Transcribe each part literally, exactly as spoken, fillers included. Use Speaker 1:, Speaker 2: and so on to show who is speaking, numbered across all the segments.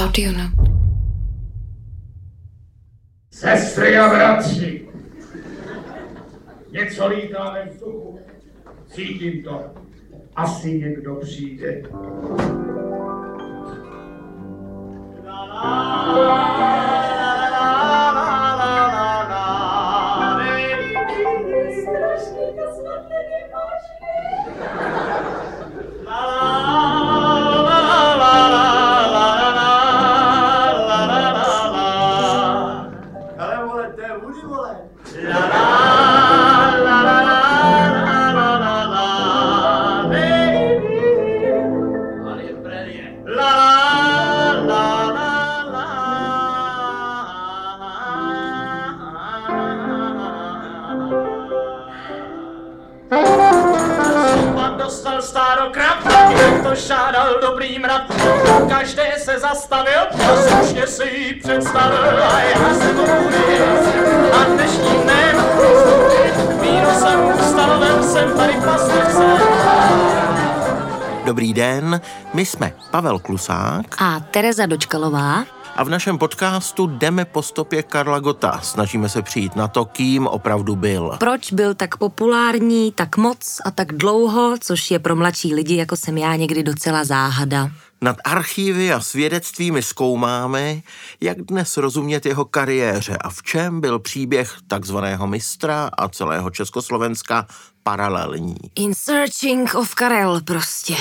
Speaker 1: Audio no.
Speaker 2: Sestry a bratři, něco lítá ve vzduchu, cítím to, asi někdo přijde. La, la, la.
Speaker 3: Dostal stárokrab, jak to žádal dobrý mrav. Každý se zastavil a slušně si ji představil. A já se to a dnešním dnem víno jsem ustanovil, jsem tady pastevce.
Speaker 4: Dobrý den, my jsme Pavel Klusák
Speaker 5: a Tereza Dočkalová.
Speaker 4: A v našem podcastu jdeme po stopě Karla Gotta. Snažíme se přijít na to, kým opravdu byl.
Speaker 5: Proč byl tak populární, tak moc a tak dlouho, což je pro mladší lidi, jako jsem já, někdy docela záhada.
Speaker 4: Nad archívy a svědectvími zkoumáme, jak dnes rozumět jeho kariéře a v čem byl příběh takzvaného mistra a celého Československa paralelní.
Speaker 5: In searching of Karel prostě.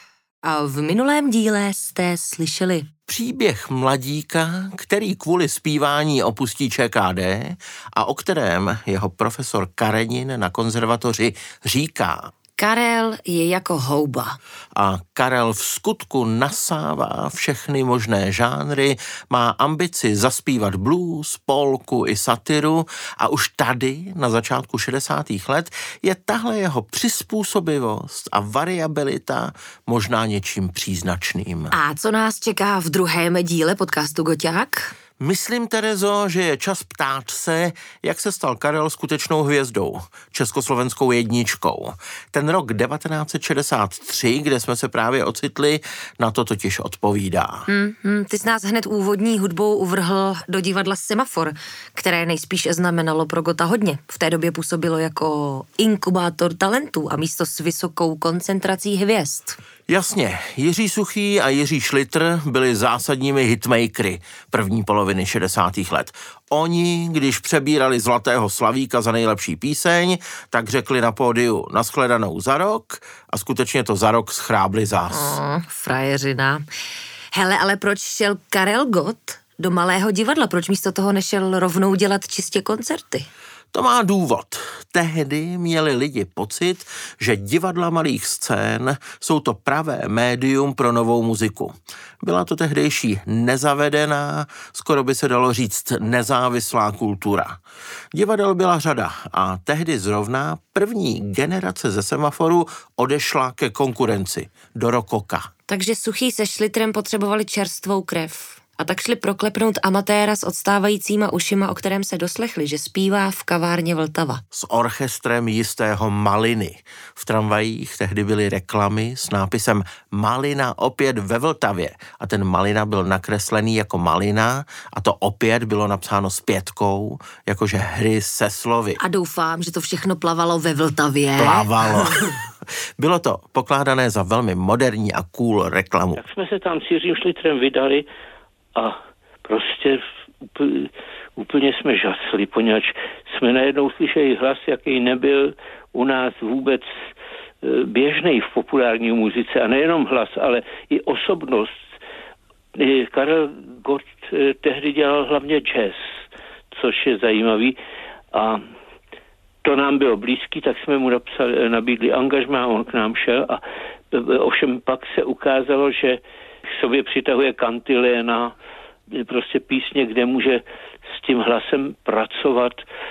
Speaker 5: A v minulém díle jste slyšeli
Speaker 4: příběh mladíka, který kvůli zpívání opustí ČKD a o kterém jeho profesor Karenin na konzervatoři říká:
Speaker 5: Karel je jako houba.
Speaker 4: A Karel v skutku nasává všechny možné žánry, má ambici zaspívat blues, polku i satiru a už tady, na začátku šedesátých let, je tahle jeho přizpůsobivost a variabilita možná něčím příznačným.
Speaker 5: A co nás čeká v druhém díle podcastu Goťák?
Speaker 4: Myslím, Terezo, že je čas ptát se, jak se stal Karel skutečnou hvězdou, československou jedničkou. Ten rok devatenáct set šedesát tři, kde jsme se právě ocitli, na to totiž odpovídá.
Speaker 5: Hmm, hmm, ty jsi nás hned úvodní hudbou uvrhl do divadla Semafor, které nejspíš znamenalo pro Gotta hodně. V té době působilo jako inkubátor talentů a místo s vysokou koncentrací hvězd.
Speaker 4: Jasně, Jiří Suchý a Jiří Šlitr byli zásadními hitmakery první poloviny šedesátých let. Oni, když přebírali Zlatého Slavíka za nejlepší píseň, tak řekli na pódiu nashledanou za rok a skutečně to za rok schrábli zás.
Speaker 5: Oh, frajeřina. Hele, ale proč šel Karel Gott do Malého divadla? Proč místo toho nešel rovnou dělat čistě koncerty?
Speaker 4: To má důvod. Tehdy měli lidi pocit, že divadla malých scén jsou to pravé médium pro novou muziku. Byla to tehdejší nezavedená, skoro by se dalo říct nezávislá kultura. Divadel byla řada a tehdy zrovna první generace ze Semaforu odešla ke konkurenci, do rokoka.
Speaker 5: Takže Suchý se Šlitrem potřebovali čerstvou krev. A tak šli proklepnout amatéra s odstávajícíma ušima, o kterém se doslechli, že zpívá v kavárně Vltava.
Speaker 4: S orchestrem jistého Maliny. V tramvajích tehdy byly reklamy s nápisem Malina opět ve Vltavě. A ten Malina byl nakreslený jako malina a to opět bylo napsáno s pětkou, jakože hry se slovy.
Speaker 5: A doufám, že to všechno plavalo ve Vltavě.
Speaker 4: Plavalo. Bylo to pokládané za velmi moderní a cool reklamu.
Speaker 6: Jak jsme se tam s Jiřím Šlitrem vydali, a prostě úplně, úplně jsme žasli, poněvadž jsme najednou slyšeli hlas, jaký nebyl u nás vůbec běžný v populární muzice. A nejenom hlas, ale i osobnost. Karel Gott tehdy dělal hlavně jazz, což je zajímavý. A to nám bylo blízký, tak jsme mu napsali, nabídli angažmá, on k nám šel. A ovšem pak se ukázalo, že k sobě přitahuje kantiléna, prostě písně, kde může s tím hlasem pracovat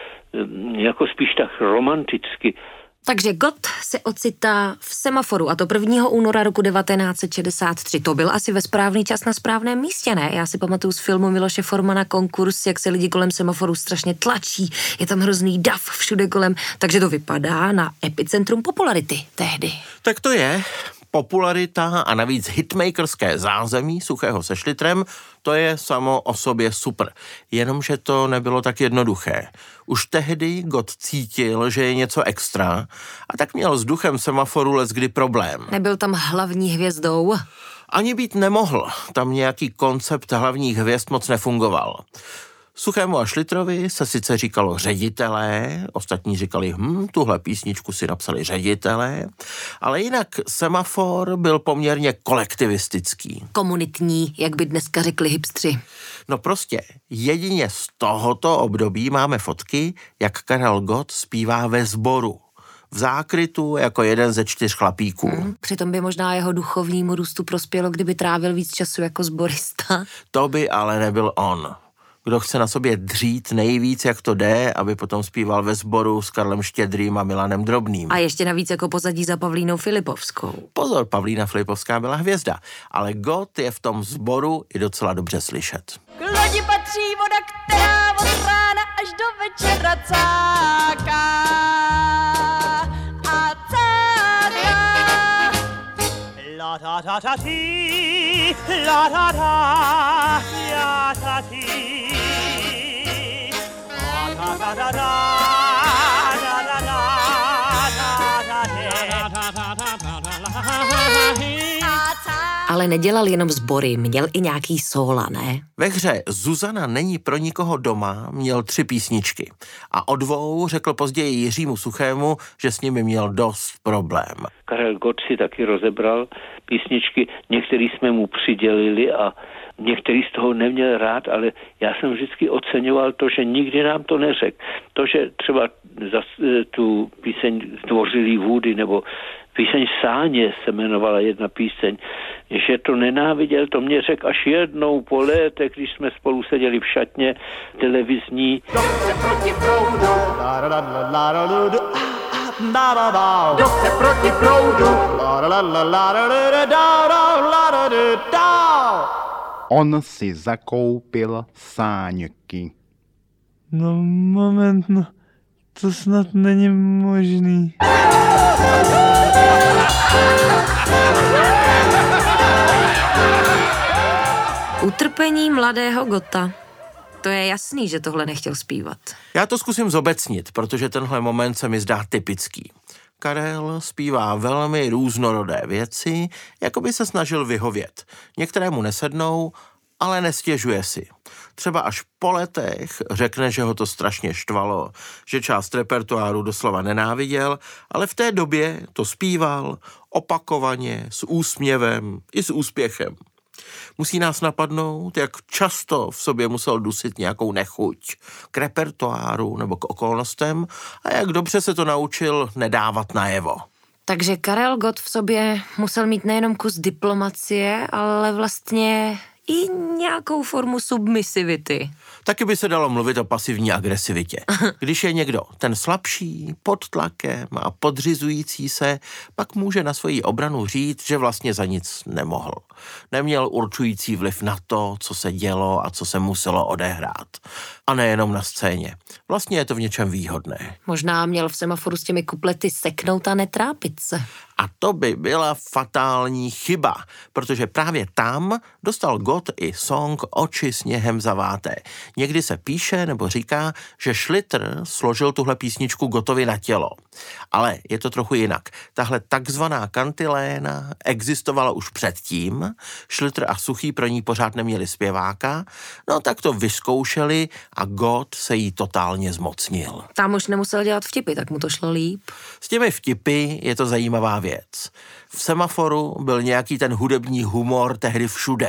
Speaker 6: jako spíš tak romanticky.
Speaker 5: Takže Gott se ocitá v Semaforu, a to prvního února roku devatenáct set šedesát tři. To byl asi ve správný čas na správném místě, ne? Já si pamatuju z filmu Miloše Formana Konkurs, jak se lidi kolem Semaforu strašně tlačí, je tam hrozný dav všude kolem, takže to vypadá na epicentrum popularity tehdy.
Speaker 4: Tak to je. Popularita a navíc hitmakerské zázemí Suchého se Šlitrem, to je samo o sobě super. Jenomže to nebylo tak jednoduché. Už tehdy Gott cítil, že je něco extra a tak měl s duchem Semaforu leckdy problém.
Speaker 5: Nebyl tam hlavní hvězdou?
Speaker 4: Ani být nemohl. Tam nějaký koncept hlavních hvězd moc nefungoval. Suchému a Šlitrovi se sice říkalo ředitelé, ostatní říkali, hm, tuhle písničku si napsali ředitelé, ale jinak Semafor byl poměrně kolektivistický.
Speaker 5: Komunitní, jak by dneska řekli hipstři.
Speaker 4: No prostě, jedině z tohoto období máme fotky, jak Karel Gott zpívá ve sboru. V zákrytu jako jeden ze čtyř chlapíků.
Speaker 5: Hmm, přitom by možná jeho duchovnímu růstu prospělo, kdyby trávil víc času jako sborista.
Speaker 4: To by ale nebyl on. Kdo chce na sobě dřít nejvíc, jak to jde, aby potom zpíval ve sboru s Karlem Štědrým a Milanem Drobným.
Speaker 5: A ještě navíc jako pozadí za Pavlínou Filipovskou.
Speaker 4: Pozor, Pavlína Filipovská byla hvězda, ale Gott je v tom sboru i docela dobře slyšet.
Speaker 1: K lodi patří voda, která od rána až do večera cáká. A cáká. La da da da ti, la da da, ya da ti. La da da da da, da da da, da da da.
Speaker 5: Ale nedělal jenom sbory, měl i nějaký sóla, ne?
Speaker 4: Ve hře Zuzana není pro nikoho doma měl tři písničky a o dvou řekl později Jiřímu Suchému, že s nimi měl dost problém.
Speaker 6: Karel Gott si taky rozebral písničky, některý jsme mu přidělili a některý z toho neměl rád, ale já jsem vždycky oceňoval to, že nikdy nám to neřekl. To, že třeba za tu píseň Tvořilý vůdy nebo píseň Sáně se jmenovala jedna píseň, že to nenáviděl, to mě řekl až jednou po létech, když jsme spolu seděli v šatně televizní.
Speaker 3: Jdou se proti proudu, jdou se proti proudu.
Speaker 7: On si zakoupil sáňky.
Speaker 8: No moment, no, to snad není možný.
Speaker 5: Utrpení mladého Gotta. To je jasný, že tohle nechtěl zpívat.
Speaker 4: Já to zkusím zobecnit, protože tenhle moment se mi zdá typický. Karel zpívá velmi různorodé věci, jako by se snažil vyhovět. Některé mu nesednou, ale nestěžuje si. Třeba až po letech řekne, že ho to strašně štvalo, že část repertoáru doslova nenáviděl, ale v té době to zpíval opakovaně, s úsměvem i s úspěchem. Musí nás napadnout, jak často v sobě musel dusit nějakou nechuť k repertoáru nebo k okolnostem a jak dobře se to naučil nedávat najevo.
Speaker 5: Takže Karel Gott v sobě musel mít nejenom kus diplomacie, ale vlastně i nějakou formu submisivity.
Speaker 4: Taky by se dalo mluvit o pasivní agresivitě. Když je někdo ten slabší, pod tlakem a podřizující se, pak může na svoji obranu říct, že vlastně za nic nemohl. Neměl určující vliv na to, co se dělo a co se muselo odehrát. A nejenom na scéně. Vlastně je to v něčem výhodné.
Speaker 5: Možná měl v Semaforu s těmi kuplety seknout a netrápit se.
Speaker 4: A to by byla fatální chyba, protože právě tam dostal Gott i song Oči sněhem zaváté. Někdy se píše nebo říká, že Šlitr složil tuhle písničku Gottovi na tělo. Ale je to trochu jinak. Tahle takzvaná kantiléna existovala už předtím, Šlitr a Suchý pro ní pořád neměli zpěváka, no tak to vyzkoušeli a Gott se jí totálně zmocnil.
Speaker 5: Tam už nemusel dělat vtipy, tak mu to šlo líp.
Speaker 4: S těmi vtipy je to zajímavá věc. V Semaforu byl nějaký ten hudební humor tehdy všude.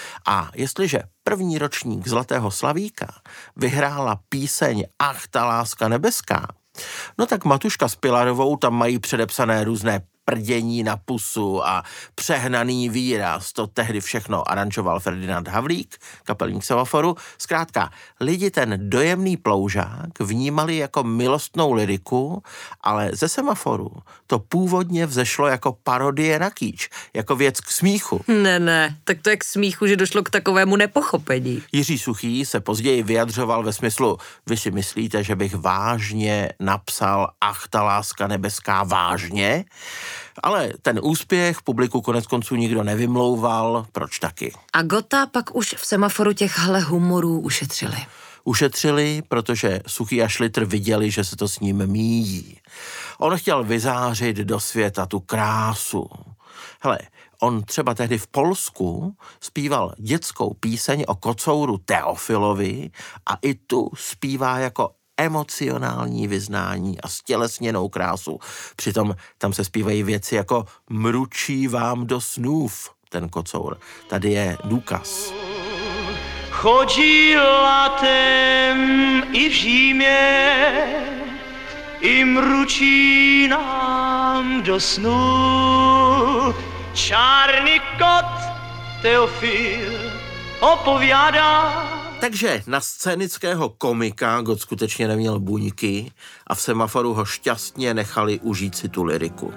Speaker 4: A jestliže první ročník Zlatého slavíka vyhrála píseň Ach, ta láska nebeská, no tak Matuška s Pilarovou tam mají předepsané různé prdění na pusu a přehnaný výraz. To tehdy všechno aranžoval Ferdinand Havlík, kapelník Semaforu. Zkrátka, lidi ten dojemný ploužák vnímali jako milostnou lyriku, ale ze Semaforu to původně vzešlo jako parodie na kýč, jako věc k smíchu.
Speaker 5: Ne, ne, tak to je k smíchu, že došlo k takovému nepochopení.
Speaker 4: Jiří Suchý se později vyjadřoval ve smyslu, vy si myslíte, že bych vážně napsal Ach, ta láska nebeská vážně? Ale ten úspěch publiku konec konců nikdo nevymlouval, proč taky.
Speaker 5: A Gotta pak už v Semaforu těchhle humorů ušetřili.
Speaker 4: Ušetřili, protože Suchý a Šlitr viděli, že se to s ním míjí. On chtěl vyzářit do světa tu krásu. Hele, on třeba tehdy v Polsku zpíval dětskou píseň o kocouru Teofilovi a i tu zpívá jako emocionální vyznání a stělesněnou krásu. Přitom tam se zpívají věci jako mručí vám do snův ten kocour. Tady je důkaz.
Speaker 3: Chodí latem i v Římě, i mručí nám do snu. Čárny kot Teofil opovědá.
Speaker 4: Takže na scénického komika Gott skutečně neměl buňky a v Semaforu ho šťastně nechali užít si tu lyriku.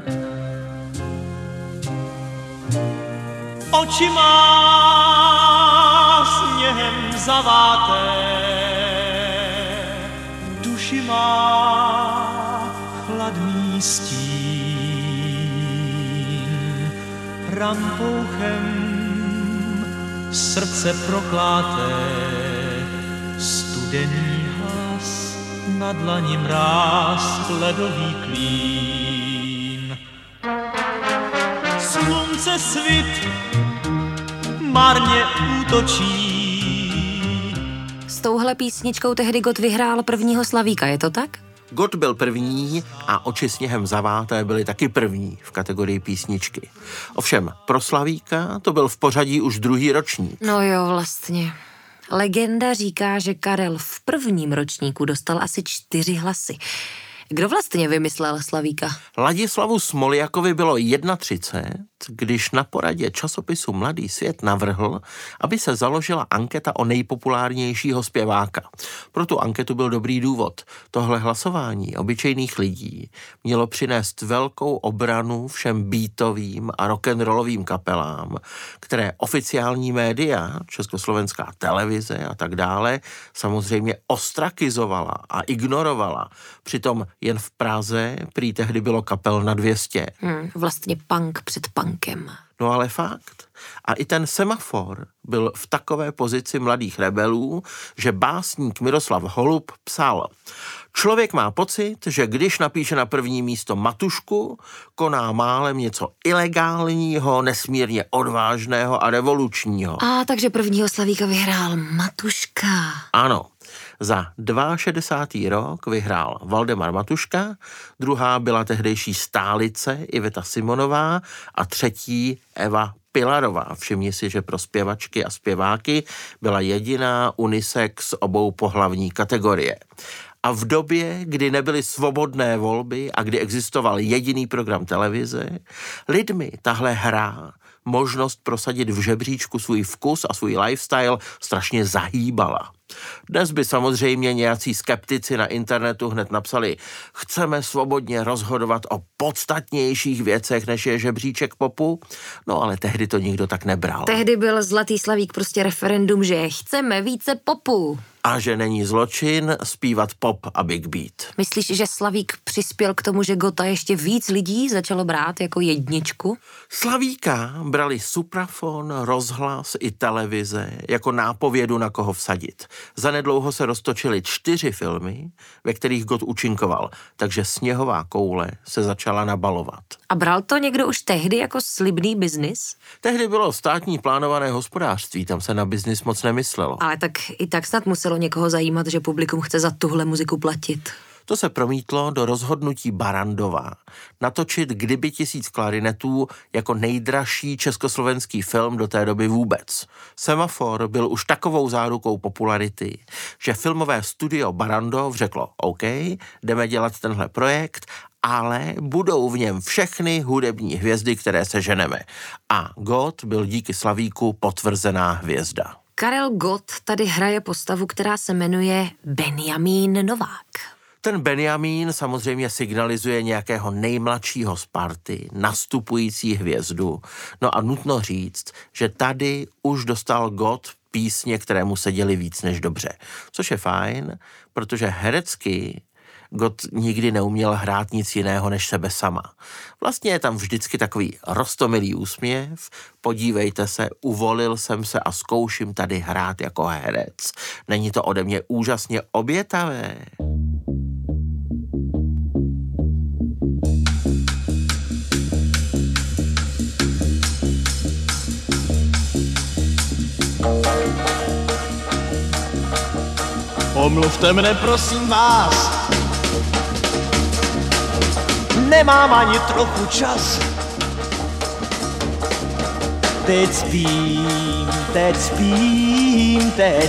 Speaker 3: Oči má sněhem zaváté, duši má chladný stín, rampouchem srdce prokláté, studený hlas, na dlani mráz, ledový klín. Slunce svit marně útočí.
Speaker 5: S touhle písničkou tehdy Gott vyhrál prvního Slavíka, je to tak?
Speaker 4: Gott byl první a Oči sněhem zaváté byly taky první v kategorii písničky. Ovšem, pro Slavíka to byl v pořadí už druhý ročník.
Speaker 5: No jo, vlastně. Legenda říká, že Karel v prvním ročníku dostal asi čtyři hlasy. Kdo vlastně vymyslel Slavíka?
Speaker 4: Ladislavu Smoljakovi bylo třicet jedna, když na poradě časopisu Mladý svět navrhl, aby se založila anketa o nejpopulárnějšího zpěváka. Pro tu anketu byl dobrý důvod. Tohle hlasování obyčejných lidí mělo přinést velkou obranu všem beatovým a rock'n'rollovým kapelám, které oficiální média, československá televize a tak dále, samozřejmě ostrakizovala a ignorovala. Přitom jen v Praze prý tehdy bylo kapel na dvě stě.
Speaker 5: Hmm, vlastně punk před punkem.
Speaker 4: No ale fakt. A i ten Semafor byl v takové pozici mladých rebelů, že básník Miroslav Holub psal: Člověk má pocit, že když napíše na první místo Matušku, koná málem něco ilegálního, nesmírně odvážného a revolučního.
Speaker 5: A takže prvního Slavíka vyhrál Matuška.
Speaker 4: Ano. Za šedesátý druhý rok vyhrál Valdemar Matuška, druhá byla tehdejší stálice Iveta Simonová a třetí Eva Pilarová. Všimni si, že pro zpěvačky a zpěváky byla jediná unisex obou pohlavní kategorie. A v době, kdy nebyly svobodné volby a kdy existoval jediný program televize, lidmi tahle hra, možnost prosadit v žebříčku svůj vkus a svůj lifestyle strašně zahýbala. Dnes by samozřejmě nějací skeptici na internetu hned napsali: chceme svobodně rozhodovat o podstatnějších věcech, než je žebříček popu. No ale tehdy to nikdo tak nebral.
Speaker 5: Tehdy byl Zlatý Slavík prostě referendum, že chceme více popu.
Speaker 4: A že není zločin zpívat pop a big beat.
Speaker 5: Myslíš, že Slavík přispěl k tomu, že Gotta ještě víc lidí začalo brát jako jedničku?
Speaker 4: Slavíka brali Suprafon, rozhlas i televize jako nápovědu, na koho vsadit. Zanedlouho se roztočily čtyři filmy, ve kterých Gott účinkoval, takže Sněhová koule se začala nabalovat.
Speaker 5: A bral to někdo už tehdy jako slibný biznis?
Speaker 4: Tehdy bylo státní plánované hospodářství, tam se na biznis moc nemyslelo.
Speaker 5: Ale tak i tak snad muselo někoho zajímat, že publikum chce za tuhle muziku platit.
Speaker 4: To se promítlo do rozhodnutí Barrandova natočit Kdyby tisíc klarinetů jako nejdražší československý film do té doby vůbec. Semafor byl už takovou zárukou popularity, že filmové studio Barrandov řeklo: OK, jdeme dělat tenhle projekt, ale budou v něm všechny hudební hvězdy, které se ženeme. A Gott byl díky Slavíku potvrzená hvězda.
Speaker 5: Karel Gott tady hraje postavu, která se jmenuje Benjamín Novák.
Speaker 4: Ten Benjamín samozřejmě signalizuje nějakého nejmladšího z party, nastupující hvězdu. No a nutno říct, že tady už dostal Gott písně, které mu seděly víc než dobře. Což je fajn, protože herecky Gott nikdy neuměl hrát nic jiného než sebe sama. Vlastně je tam vždycky takový roztomilý úsměv, podívejte se, uvolil jsem se a zkouším tady hrát jako herec. Není to ode mě úžasně obětavé?
Speaker 3: Omluvte mne, prosím vás, nemám ani trochu čas. Teď spím, teď spím, teď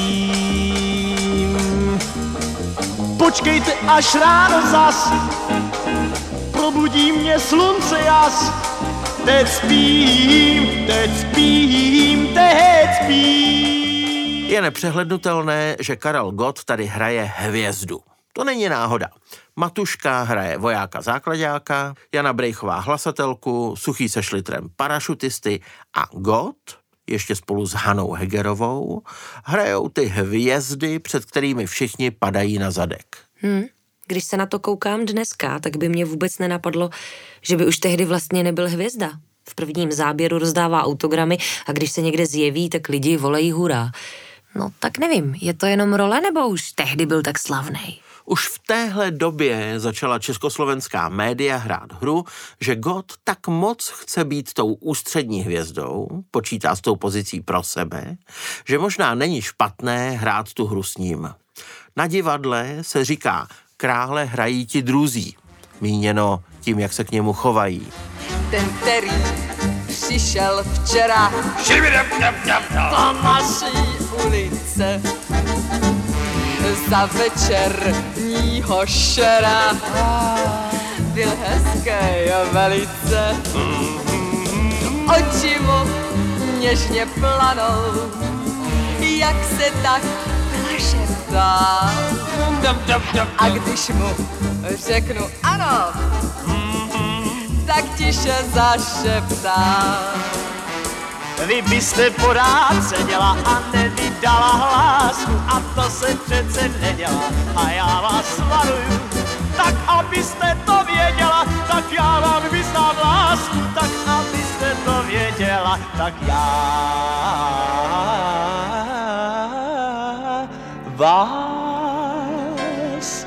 Speaker 3: spím. Počkejte až ráno zas, probudí mě slunce jas. Teď spím, teď spím, teď spím.
Speaker 4: Je nepřehlednutelné, že Karel Gott tady hraje hvězdu. To není náhoda. Matuška hraje vojáka záklaďáka, Jana Brejchová hlasatelku, Suchý se Šlitrem parašutisty a Gott, ještě spolu s Hanou Hegerovou, hrajou ty hvězdy, před kterými všichni padají na zadek.
Speaker 5: Hmm. Když se na to koukám dneska, tak by mě vůbec nenapadlo, že by už tehdy vlastně nebyl hvězda. V prvním záběru rozdává autogramy a když se někde zjeví, tak lidi volají hurá. No tak nevím, je to jenom role, nebo už tehdy byl tak slavnej?
Speaker 4: Už v téhle době začala československá média hrát hru, že Gott tak moc chce být tou ústřední hvězdou, počítá s tou pozicí pro sebe, že možná není špatné hrát tu hru s ním. Na divadle se říká, krále hrají ti druzí, míněno tím, jak se k němu chovají.
Speaker 9: Ten, který přišel včera do naší ulice za večerního šera. Byl hezký velice, oči mu něžně planou, jak se tak našeptá. A když mu řeknu ano, tak tiše zašeptá.
Speaker 3: Vy byste pořád seděla a nevydala hlásku, a to se přece nedělá. A já vás varuju, tak abyste to věděla, tak já vám vyznám lásku, tak abyste to věděla, tak já vás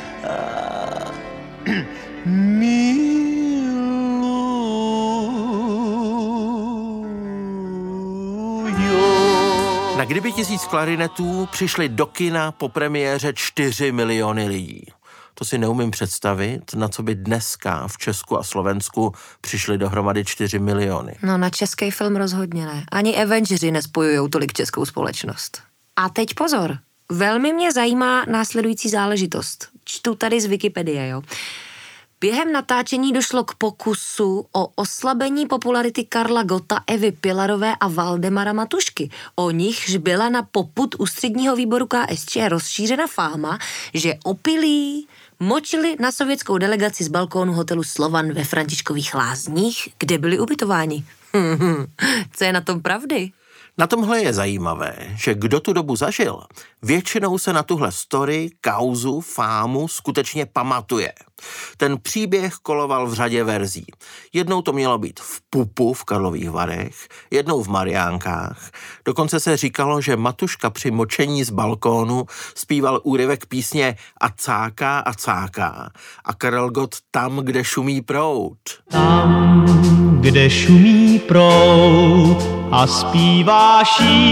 Speaker 4: Na Kdyby tisíc klarinetů přišli do kina po premiéře čtyři miliony lidí. To si neumím představit, na co by dneska v Česku a Slovensku přišli dohromady čtyři miliony.
Speaker 5: No na český film rozhodně ne. Ani Avengeři nespojujou tolik českou společnost. A teď pozor, velmi mě zajímá následující záležitost. Čtu tady z Wikipedie, jo. Během natáčení došlo k pokusu o oslabení popularity Karla Gotta, Evy Pilarové a Valdemara Matušky. O nichž byla na popud ústředního výboru K S Č rozšířena fáma, že opilí močili na sovětskou delegaci z balkónu hotelu Slovan ve Františkových Lázních, kde byli ubytováni. Co je na tom pravdy?
Speaker 4: Na tomhle je zajímavé, že kdo tu dobu zažil, většinou se na tuhle story, kauzu, fámu skutečně pamatuje. Ten příběh koloval v řadě verzí. Jednou to mělo být v Pupu v Karlových Varech, jednou v Mariánkách. Dokonce se říkalo, že Matuška při močení z balkónu zpíval úryvek písně A cáká a cáká. A Karel Gott Tam, kde šumí proud.
Speaker 3: Tam, kde šumí proud a zpívá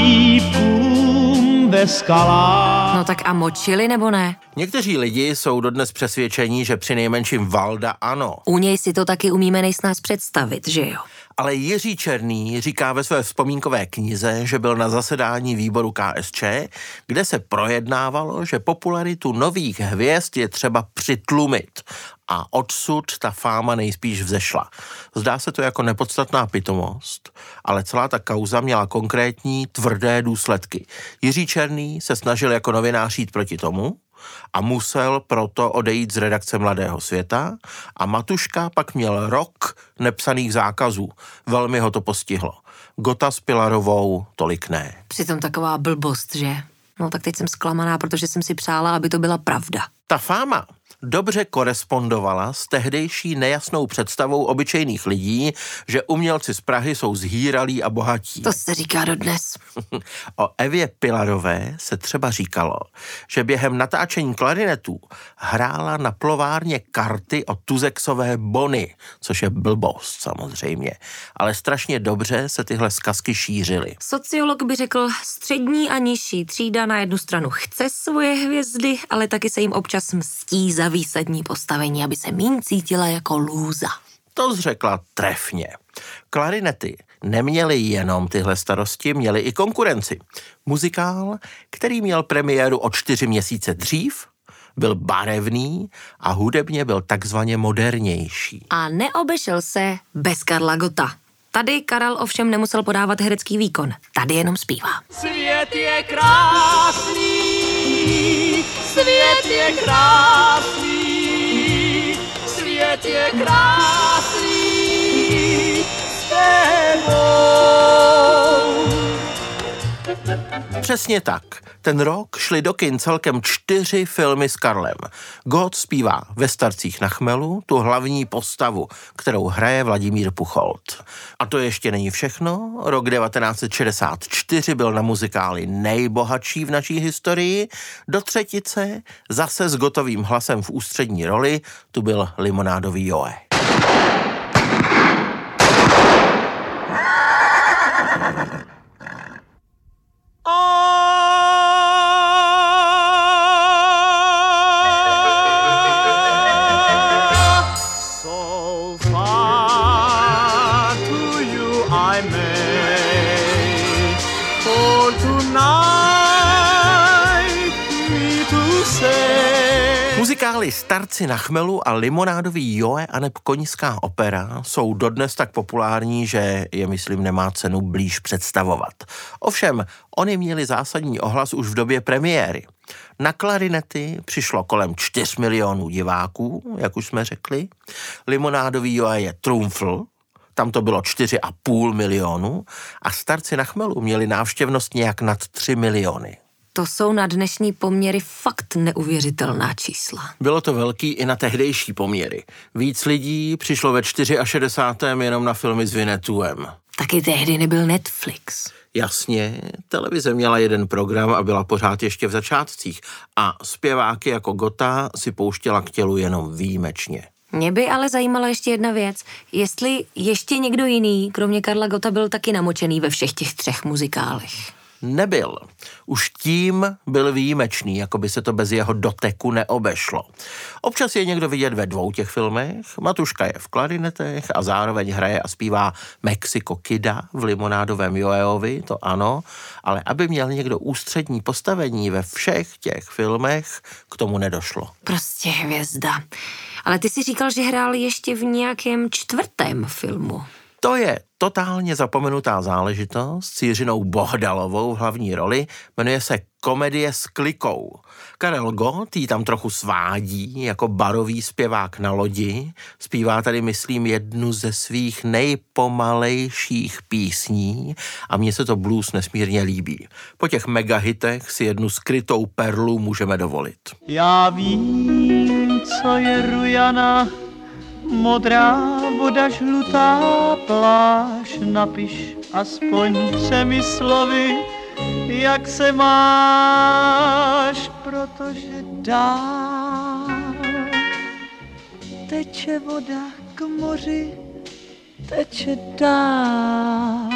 Speaker 3: šípkům ve skalách.
Speaker 5: No tak a močili nebo ne?
Speaker 4: Někteří lidi jsou dodnes přesvědčení, že při nejmenším Valda ano.
Speaker 5: U něj si to taky umíme nejsnáz představit, že jo?
Speaker 4: Ale Jiří Černý říká ve své vzpomínkové knize, že byl na zasedání výboru K S Č, kde se projednávalo, že popularitu nových hvězd je třeba přitlumit. A odsud ta fáma nejspíš vzešla. Zdá se to jako nepodstatná pitomost, ale celá ta kauza měla konkrétní, tvrdé důsledky. Jiří Černý se snažil jako novinář jít proti tomu a musel proto odejít z redakce Mladého světa a Matuška pak měl rok nepsaných zákazů. Velmi ho to postihlo. Gotta s Pilarovou tolik ne.
Speaker 5: Přitom taková blbost, že? No tak teď jsem zklamaná, protože jsem si přála, aby to byla pravda.
Speaker 4: Ta fáma Dobře korespondovala s tehdejší nejasnou představou obyčejných lidí, že umělci z Prahy jsou zhýralí a bohatí.
Speaker 5: To se říká dodnes.
Speaker 4: O Evě Pilarové se třeba říkalo, že během natáčení klarinetů hrála na plovárně karty o tuzexové bony, což je blbost samozřejmě, ale strašně dobře se tyhle zkazky šířily.
Speaker 5: Sociolog by řekl, střední a nižší třída na jednu stranu chce svoje hvězdy, ale taky se jim občas mstí za výsadní postavení, aby se míň cítila jako lůza.
Speaker 4: To zřekla trefně. Klarinety neměly jenom tyhle starosti, měly i konkurenci. Muzikál, který měl premiéru o čtyři měsíce dřív, byl barevný a hudebně byl takzvaně modernější.
Speaker 5: A neobešel se bez Karla Gotta. Tady Karel ovšem nemusel podávat herecký výkon. Tady jenom zpívá.
Speaker 3: Svět je krásný, svět je krásný, svět je krásný s tebou.
Speaker 4: Přesně tak. Ten rok šli do kin celkem čtyři filmy s Karlem. Gott zpívá Ve starcích na chmelu, tu hlavní postavu, kterou hraje Vladimír Pucholt. A to ještě není všechno. Rok devatenáct set šedesát čtyři byl na muzikály nejbohatší v naší historii. Do třetice zase s Gottovým hlasem v ústřední roli tu byl Limonádový Joe. Muzikály Starci na chmelu a Limonádový Joe aneb Koňská opera jsou dodnes tak populární, že je, myslím, nemá cenu blíž představovat. Ovšem, oni měli zásadní ohlas už v době premiéry. Na klarinety přišlo kolem čtyř milionů diváků, jak už jsme řekli. Limonádový Joe je trumfl, tam to bylo čtyři a půl milionu a Starci na chmelu měli návštěvnost nějak nad tři miliony.
Speaker 5: To jsou na dnešní poměry fakt neuvěřitelná čísla.
Speaker 4: Bylo to velký i na tehdejší poměry. Víc lidí přišlo ve šedesátém čtvrtém jenom na filmy s Vinetuem.
Speaker 5: Taky tehdy nebyl Netflix.
Speaker 4: Jasně, televize měla jeden program a byla pořád ještě v začátcích a zpěváky jako Gotta si pouštěla k tělu jenom výjimečně.
Speaker 5: Mě by ale zajímala ještě jedna věc. Jestli ještě někdo jiný, kromě Karla Gotta, byl taky namočený ve všech těch třech muzikálech.
Speaker 4: Nebyl. Už tím byl výjimečný, jako by se to bez jeho doteku neobešlo. Občas je někdo vidět ve dvou těch filmech, Matuška je v klarinetech a zároveň hraje a zpívá Mexico Kida v Limonádovém Joeovi, to ano, ale aby měl někdo ústřední postavení ve všech těch filmech, k tomu nedošlo.
Speaker 5: Prostě hvězda. Ale ty si říkal, že hrál ještě v nějakém čtvrtém filmu.
Speaker 4: To je totálně zapomenutá záležitost s Jiřinou Bohdalovou v hlavní roli, jmenuje se Komedie s klikou. Karel Gott jí tam trochu svádí jako barový zpěvák na lodi, zpívá tady, myslím, jednu ze svých nejpomalejších písní a mně se to blues nesmírně líbí. Po těch megahitech si jednu skrytou perlu můžeme dovolit.
Speaker 3: Já vím, co je rujana, modrá voda, žlutá pláž, napiš aspoň třemi slovy, jak se máš, protože dál teče voda k moři, teče dál.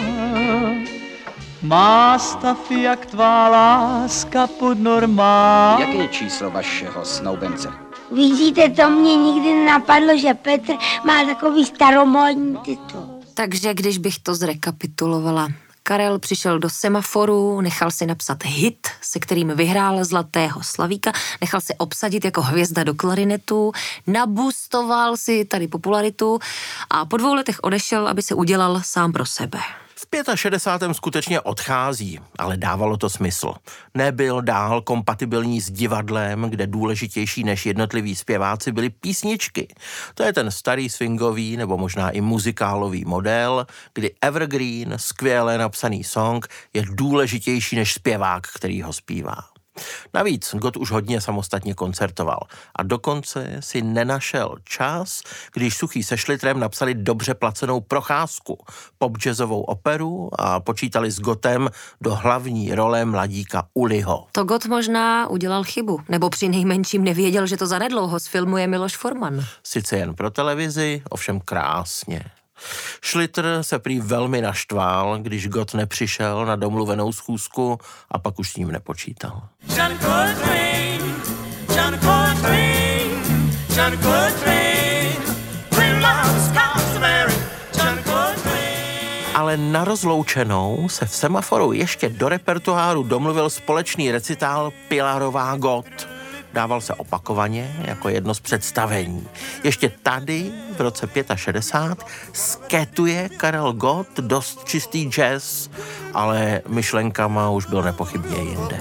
Speaker 3: Má stav jak tvá láska podnormál.
Speaker 10: Jaké je číslo vašeho snoubence?
Speaker 11: Vidíte, to mě nikdy nenapadlo, že Petr má takový staromódní titul.
Speaker 5: Takže když bych to zrekapitulovala, Karel přišel do Semaforu, nechal si napsat hit, se kterým vyhrál Zlatého Slavíka, nechal si obsadit jako hvězda do klarinetu, nabustoval si tady popularitu a po dvou letech odešel, aby se udělal sám pro sebe.
Speaker 4: V šedesátém pátém skutečně odchází, ale dávalo to smysl. Nebyl dál kompatibilní s divadlem, kde důležitější než jednotliví zpěváci byly písničky. To je ten starý swingový nebo možná i muzikálový model, kdy evergreen, skvěle napsaný song, je důležitější než zpěvák, který ho zpívá. Navíc Gott už hodně samostatně koncertoval a dokonce si nenašel čas, když Suchý se Šlitrem napsali dobře placenou Procházku, pop-jazzovou operu a počítali s Gottem do hlavní role mladíka Uliho.
Speaker 5: To Gott možná udělal chybu, nebo při nejmenším nevěděl, že to zanedlouho sfilmuje Miloš Forman.
Speaker 4: Sice jen pro televizi, ovšem krásně. Šlitr se prý velmi naštval, když Gott nepřišel na domluvenou schůzku a pak už s ním nepočítal.
Speaker 3: John Coltrane, John Coltrane, John Coltrane, Bring Love Scots Mary, John Coltrane.
Speaker 4: Ale na rozloučenou se v Semaforu ještě do repertoáru domluvil společný recitál Pilarová Gott. Dával se opakovaně jako jedno z představení. Ještě tady v roce šedesát pět sketuje Karel Gott dost čistý jazz, ale myšlenkama už byl nepochybně jinde.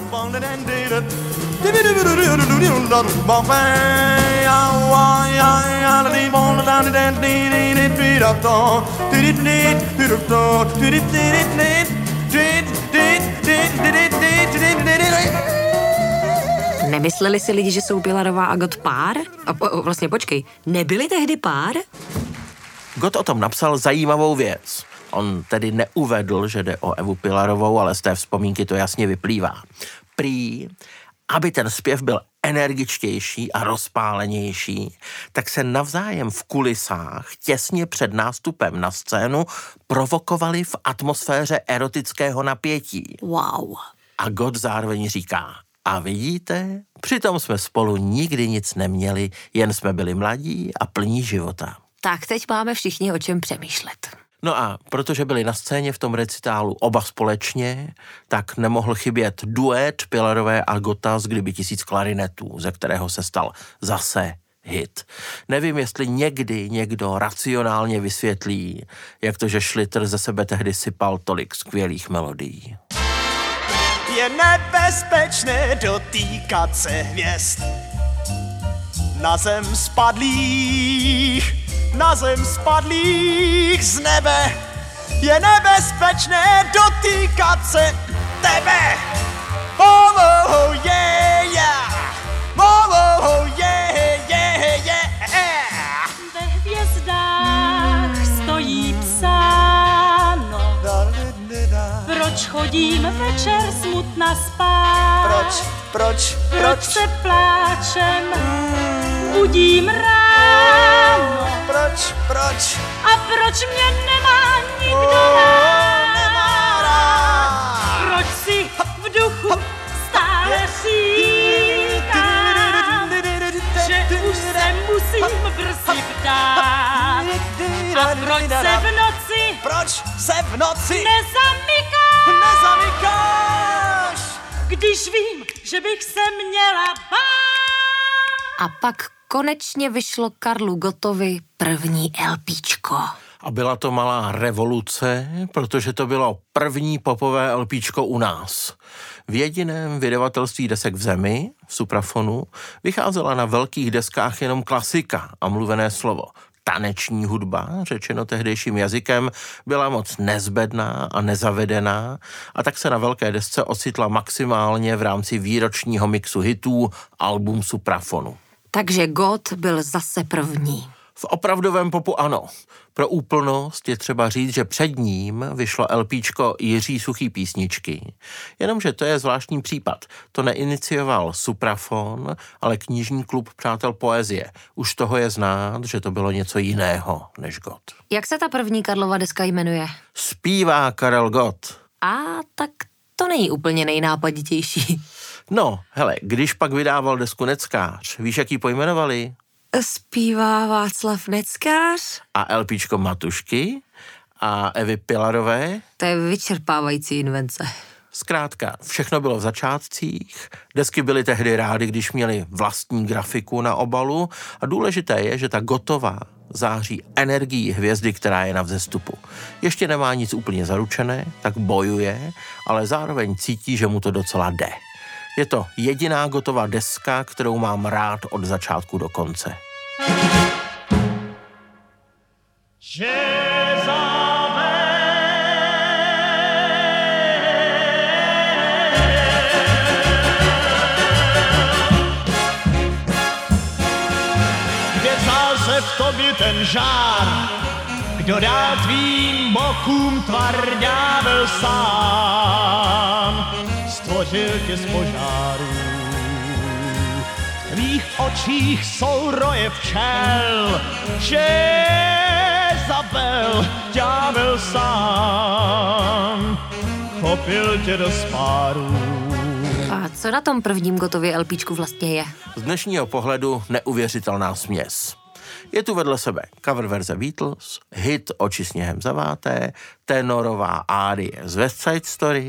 Speaker 5: Nemysleli si lidi, že jsou Pilarová a Gott pár? A po, vlastně počkej, nebyli tehdy pár?
Speaker 4: Gott o tom napsal zajímavou věc. On tedy neuvedl, že jde o Evu Pilarovou, ale z té vzpomínky to jasně vyplývá. Prý, aby ten zpěv byl energičtější a rozpálenější, tak se navzájem v kulisách těsně před nástupem na scénu provokovali v atmosféře erotického napětí.
Speaker 5: Wow.
Speaker 4: A Gott zároveň říká: a vidíte, přitom jsme spolu nikdy nic neměli, jen jsme byli mladí a plní života.
Speaker 5: Tak teď máme všichni o čem přemýšlet.
Speaker 4: No a protože byli na scéně v tom recitálu oba společně, tak nemohl chybět duet Pilarové a Gotta z Kdyby tisíc klarinetů, ze kterého se stal zase hit. Nevím, jestli někdy někdo racionálně vysvětlí, jak to, že Šlitr ze sebe tehdy sypal tolik skvělých melodií.
Speaker 3: Je nebezpečné dotýkat se hvězd na zem spadlých, na zem spadlých z nebe. Je nebezpečné dotýkat se tebe. Oh, oh, yeah, yeah. Oh, oh, yeah, yeah, yeah.
Speaker 12: Ve hvězdách stojí psáno, proč chodím večer smutna spát?
Speaker 3: Proč, proč, proč?
Speaker 12: Proč se pláčem budím ráno?
Speaker 3: Proč, proč?
Speaker 12: A proč mě nemá nikdo rád? Proč si v duchu stále říkám, že už se musím brzy vdát? A proč se v noci,
Speaker 3: proč se v noci
Speaker 12: nezamykáš?
Speaker 3: Nezamykáš,
Speaker 12: když vím, že bych se měla bát.
Speaker 5: A pak konečně vyšlo Karlu Gottovi první LPčko.
Speaker 4: A byla to malá revoluce, protože to bylo první popové LPčko u nás. V jediném vydavatelství desek v zemi, v Suprafonu, vycházela na velkých deskách jenom klasika a mluvené slovo. Taneční hudba, řečeno tehdejším jazykem, byla moc nezbedná a nezavedená a tak se na velké desce ocitla maximálně v rámci výročního mixu hitů album Suprafonu.
Speaker 5: Takže Gott byl zase první.
Speaker 4: V opravdovém popu ano. Pro úplnost je třeba říct, že před ním vyšlo LPčko Jiří Suchý písničky. Jenomže to je zvláštní případ. To neinicioval Suprafon, ale knižní klub Přátel poezie. Už toho je znát, že to bylo něco jiného než Gott.
Speaker 5: Jak se ta první Karlova deska jmenuje?
Speaker 4: Zpívá Karel Gott.
Speaker 5: A tak to není úplně nejnápaditější.
Speaker 4: No, hele, když pak vydával desku Neckář, víš, jak ji pojmenovali?
Speaker 5: Zpívá Václav Neckář.
Speaker 4: A LPčko Matušky a Evy Pilarové.
Speaker 5: To je vyčerpávající invence.
Speaker 4: Zkrátka, všechno bylo v začátcích, desky byly tehdy rády, když měly vlastní grafiku na obalu a důležité je, že ta Gottová září energií hvězdy, která je na vzestupu. Ještě nemá nic úplně zaručené, tak bojuje, ale zároveň cítí, že mu to docela jde. Je to jediná Gottová deska, kterou mám rád od začátku do konce.
Speaker 3: se v tobě ten žár, kdo dá tvým bokům tvar, ďábel sám stvořil tě z požáru. V tvých očích jsou roje včel, že zabel ďábel sám, chopil tě do spáru.
Speaker 5: A co na tom prvním Gottově LPčku vlastně je?
Speaker 4: Z dnešního pohledu neuvěřitelná směs. Je tu vedle sebe cover verze Beatles, hit Oči sněhem zaváté, tenorová árie z West Side Story,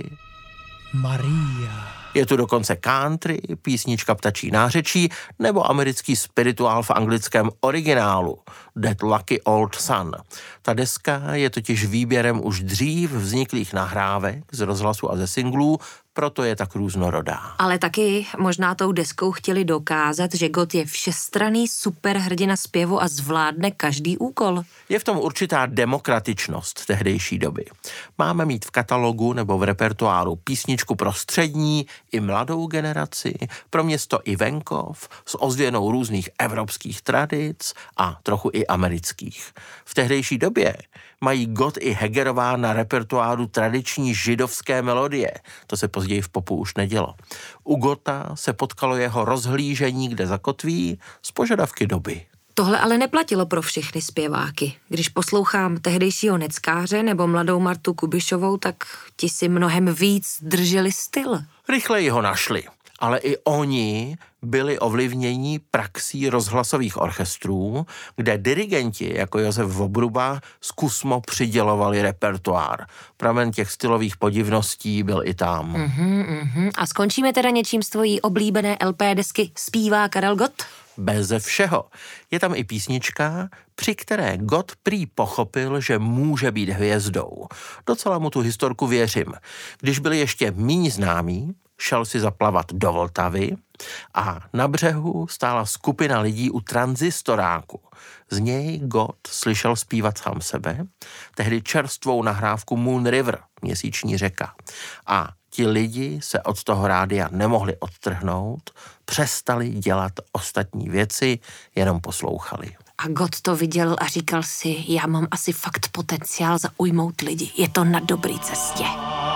Speaker 3: Maria.
Speaker 4: Je tu dokonce country, písnička Ptačí nářečí nebo americký spirituál v anglickém originálu That Lucky Old Sun. Ta deska je totiž výběrem už dřív vzniklých nahrávek z rozhlasu a ze singlů, proto je tak různorodá.
Speaker 5: Ale taky možná tou deskou chtěli dokázat, že Gott je všestranný superhrdina zpěvu a zvládne každý úkol.
Speaker 4: Je v tom určitá demokratičnost tehdejší doby. Máme mít v katalogu nebo v repertoáru písničku pro střední i mladou generaci, pro město i venkov, s ozvěnou různých evropských tradic a trochu i amerických. V tehdejší době mají Gott i Hegerová na repertoáru tradiční židovské melodie. To se později v popu už nedělo. U Gotta se potkalo jeho rozhlížení, kde zakotví, z požadavky doby.
Speaker 5: Tohle ale neplatilo pro všechny zpěváky. Když poslouchám tehdejšího Neckáře nebo mladou Martu Kubišovou, tak ti si mnohem víc drželi styl.
Speaker 4: Rychleji ho našli, ale i oni byli ovlivnění praxí rozhlasových orchestrů, kde dirigenti jako Josef Vobruba zkusmo přidělovali repertoár. Pramen těch stylových podivností byl i tam.
Speaker 5: Mm-hmm, mm-hmm. A skončíme teda něčím z tvojí oblíbené L P desky Zpívá Karel Gott?
Speaker 4: Beze všeho. Je tam i písnička, při které Gott prý pochopil, že může být hvězdou. Docela mu tu historku věřím. Když byl ještě míň známý, šel si zaplavat do Vltavy a na břehu stála skupina lidí u tranzistoráku. Z něj Gott slyšel zpívat sám sebe, tehdy čerstvou nahrávku Moon River, Měsíční řeka. A ti lidi se od toho rádia nemohli odtrhnout, přestali dělat ostatní věci, jenom poslouchali.
Speaker 5: A Gott to viděl a říkal si, já mám asi fakt potenciál zaujmout lidi. Je to na dobré cestě.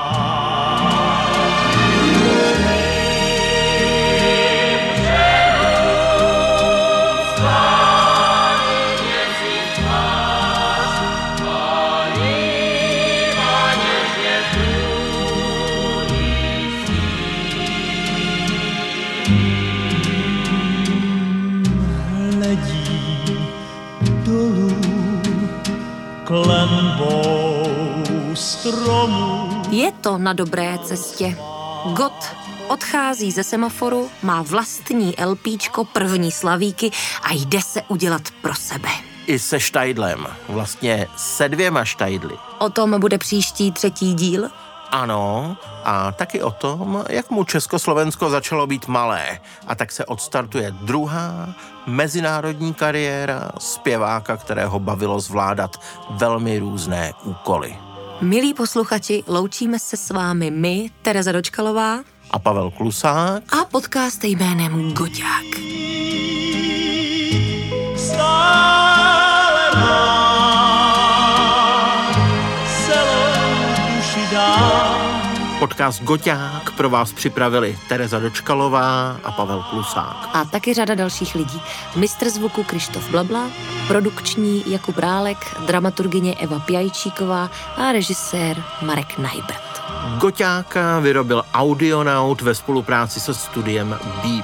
Speaker 3: Klenbou stromů.
Speaker 5: Je to na dobré cestě. Gott odchází ze semaforu, má vlastní LPčko, první slavíky a jde se udělat pro sebe.
Speaker 4: I se Štajdlem, vlastně se dvěma Štajdly.
Speaker 5: O tom bude příští třetí díl?
Speaker 4: Ano, a taky o tom, jak mu Československo začalo být malé. A tak se odstartuje druhá mezinárodní kariéra zpěváka, kterého bavilo zvládat velmi různé úkoly.
Speaker 5: Milí posluchači, loučíme se s vámi my, Tereza Dočkalová
Speaker 4: a Pavel Klusák
Speaker 5: a podcast jménem Gotťák.
Speaker 3: Stále mám celou duši dám.
Speaker 4: Podcast Gotťák pro vás připravili Tereza Dočkalová a Pavel Klusák.
Speaker 5: A taky řada dalších lidí. Mistr zvuku Krištof Blabla, produkční Jakub Rálek, dramaturgyně Eva Pjajčíková a režisér Marek Najbrt.
Speaker 4: Gotťáka vyrobil Audionaut ve spolupráci se studiem Beep.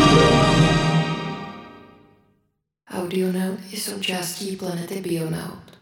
Speaker 13: Audionaut je součástí planety Bionaut.